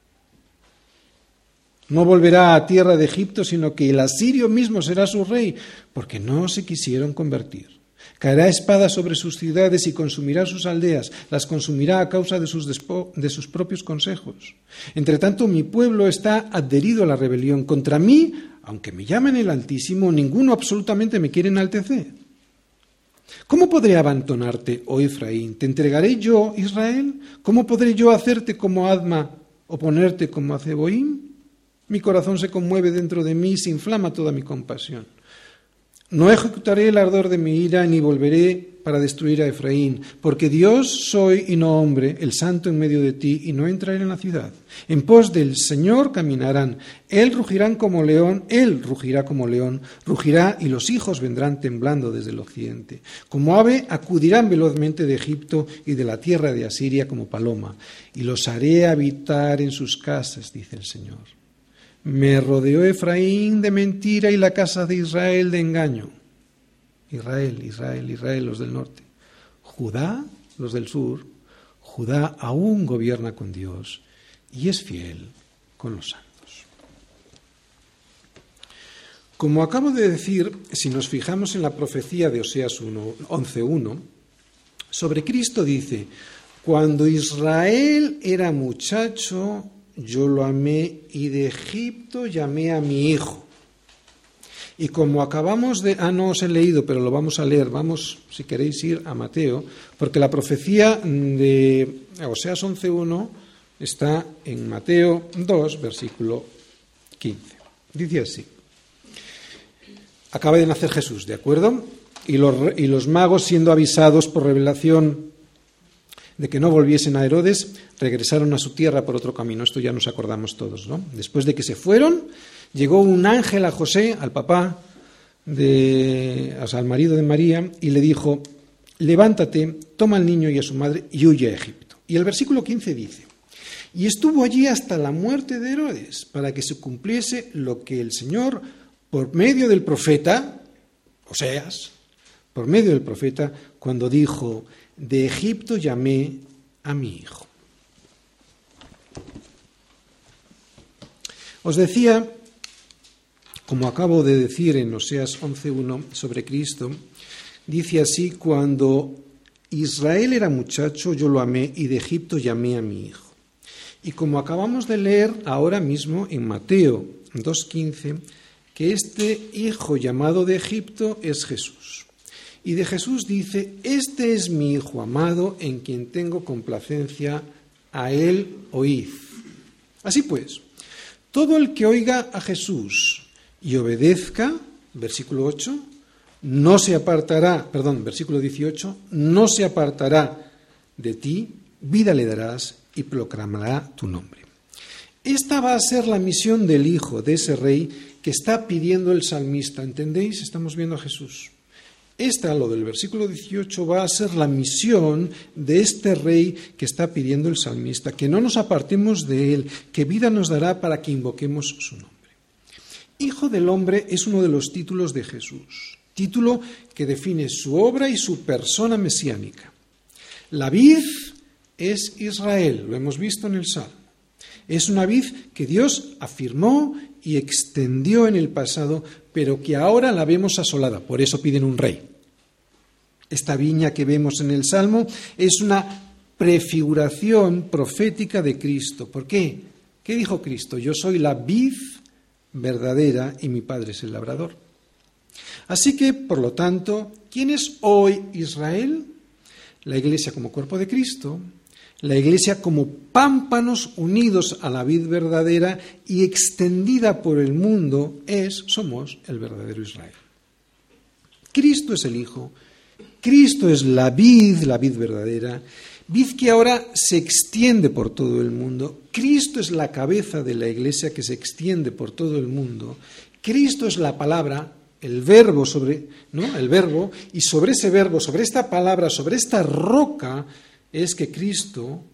No volverá a tierra de Egipto, sino que el asirio mismo será su rey, porque no se quisieron convertir. Caerá espada sobre sus ciudades y consumirá sus aldeas, las consumirá a causa de sus propios consejos. Entre tanto, mi pueblo está adherido a la rebelión. Contra mí, aunque me llamen el Altísimo, ninguno absolutamente me quiere enaltecer. ¿Cómo podré abandonarte, oh Efraín? ¿Te entregaré yo, Israel? ¿Cómo podré yo hacerte como Adma o ponerte como a Zeboim? Mi corazón se conmueve dentro de mí y se inflama toda mi compasión. No ejecutaré el ardor de mi ira ni volveré para destruir a Efraín, porque Dios soy y no hombre, el santo en medio de ti, y no entraré en la ciudad. En pos del Señor caminarán, Él rugirá como león, rugirá y los hijos vendrán temblando desde el occidente. Como ave acudirán velozmente de Egipto y de la tierra de Asiria como paloma, y los haré habitar en sus casas, dice el Señor. Me rodeó Efraín de mentira y la casa de Israel de engaño. Israel, los del norte. Judá, los del sur. Judá aún gobierna con Dios y es fiel con los santos. Como acabo de decir, si nos fijamos en la profecía de Oseas 11:1, sobre Cristo dice: cuando Israel era muchacho, yo lo amé y de Egipto llamé a mi hijo. Y como acabamos de... no os he leído, pero lo vamos a leer. Vamos, si queréis, ir a Mateo, porque la profecía de Oseas 11:1 está en Mateo 2, versículo 15. Dice así: acaba de nacer Jesús, ¿de acuerdo? Y los magos, siendo avisados por revelación de que no volviesen a Herodes, regresaron a su tierra por otro camino. Esto ya nos acordamos todos, ¿no? Después de que se fueron, llegó un ángel a José, al papá, al marido de María, y le dijo: levántate, toma al niño y a su madre y huye a Egipto. Y el versículo 15 dice: y estuvo allí hasta la muerte de Herodes, para que se cumpliese lo que el Señor, por medio del profeta, Oseas, por medio del profeta, cuando dijo: de Egipto llamé a mi hijo. Os decía, como acabo de decir en Oseas 11:1 sobre Cristo, dice así: cuando Israel era muchacho, yo lo amé y de Egipto llamé a mi hijo. Y como acabamos de leer ahora mismo en Mateo 2:15, que este hijo llamado de Egipto es Jesús. Y de Jesús dice: este es mi hijo amado en quien tengo complacencia, a él oíd. Así pues, todo el que oiga a Jesús y obedezca, versículo 8, versículo 18, no se apartará de ti, vida le darás y proclamará tu nombre. Esta va a ser la misión del hijo de ese rey que está pidiendo el salmista. ¿Entendéis? Estamos viendo a Jesús. Lo del versículo 18, va a ser la misión de este rey que está pidiendo el salmista, que no nos apartemos de él, que vida nos dará para que invoquemos su nombre. Hijo del hombre es uno de los títulos de Jesús, título que define su obra y su persona mesiánica. La vid es Israel, lo hemos visto en el Salmo. Es una vid que Dios afirmó y extendió en el pasado, pero que ahora la vemos asolada, por eso piden un rey. Esta viña que vemos en el Salmo es una prefiguración profética de Cristo. ¿Por qué? ¿Qué dijo Cristo? Yo soy la vid verdadera y mi Padre es el labrador. Así que, por lo tanto, ¿quién es hoy Israel? La Iglesia como cuerpo de Cristo, la Iglesia como pámpanos unidos a la vid verdadera y extendida por el mundo, somos el verdadero Israel. Cristo es el Hijo, Cristo es la vid verdadera, vid que ahora se extiende por todo el mundo. Cristo es la cabeza de la Iglesia que se extiende por todo el mundo. Cristo es la palabra, el verbo, y sobre ese verbo, sobre esta palabra, sobre esta roca, es que Cristo,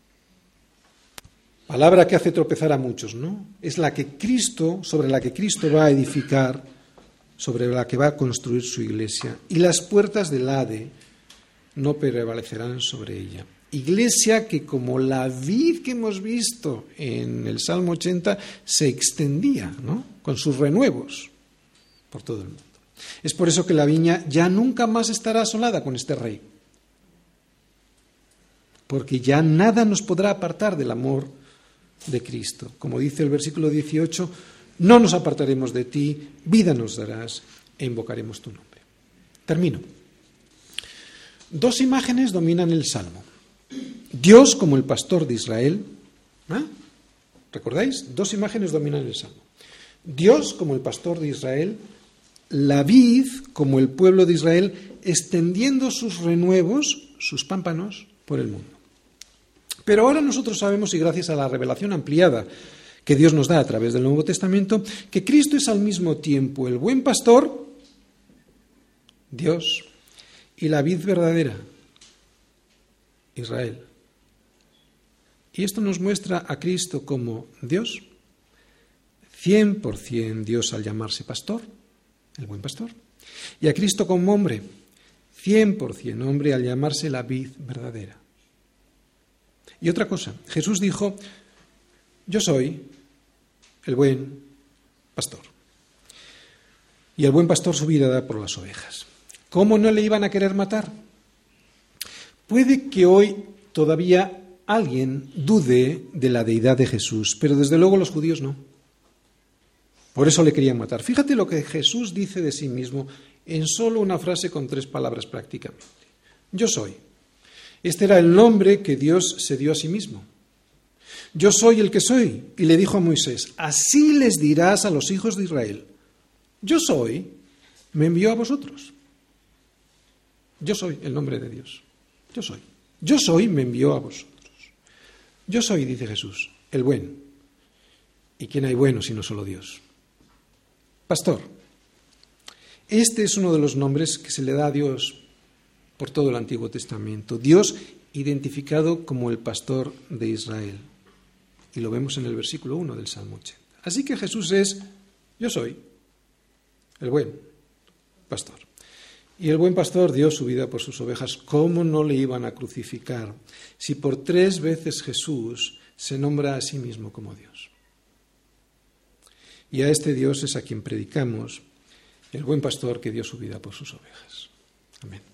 palabra que hace tropezar a muchos, ¿no? Es sobre la que Cristo va a edificar sobre la que va a construir su iglesia, y las puertas del Hade no prevalecerán sobre ella. Iglesia que, como la vid que hemos visto en el Salmo 80, se extendía, ¿no?, con sus renuevos por todo el mundo. Es por eso que la viña ya nunca más estará asolada con este rey, porque ya nada nos podrá apartar del amor de Cristo. Como dice el versículo 18, no nos apartaremos de ti, vida nos darás e invocaremos tu nombre. Termino. Dos imágenes dominan el Salmo. Dios como el pastor de Israel. ¿Recordáis? Dos imágenes dominan el Salmo. Dios como el pastor de Israel, la vid como el pueblo de Israel, extendiendo sus renuevos, sus pámpanos, por el mundo. Pero ahora nosotros sabemos, y gracias a la revelación ampliada que Dios nos da a través del Nuevo Testamento, que Cristo es al mismo tiempo el buen pastor, Dios, y la vid verdadera, Israel. Y esto nos muestra a Cristo como Dios, 100% Dios al llamarse pastor, el buen pastor, y a Cristo como hombre, 100% hombre al llamarse la vid verdadera. Y otra cosa, Jesús dijo, yo soy el buen pastor. Y el buen pastor su vida da por las ovejas. ¿Cómo no le iban a querer matar? Puede que hoy todavía alguien dude de la deidad de Jesús, pero desde luego los judíos no. Por eso le querían matar. Fíjate lo que Jesús dice de sí mismo en solo una frase con 3 palabras prácticamente. Yo soy. Este era el nombre que Dios se dio a sí mismo. Yo soy el que soy. Y le dijo a Moisés, así les dirás a los hijos de Israel, yo soy, me envió a vosotros. Yo soy el nombre de Dios. Yo soy. Yo soy, me envió a vosotros. Yo soy, dice Jesús, el buen. ¿Y quién hay bueno sino solo Dios? Pastor. Este es uno de los nombres que se le da a Dios por todo el Antiguo Testamento. Dios identificado como el pastor de Israel. Y lo vemos en el versículo 1 del Salmo 80. Así que Jesús es, yo soy, el buen pastor. Y el buen pastor dio su vida por sus ovejas. ¿Cómo no le iban a crucificar si por 3 veces Jesús se nombra a sí mismo como Dios? Y a este Dios es a quien predicamos, el buen pastor que dio su vida por sus ovejas. Amén.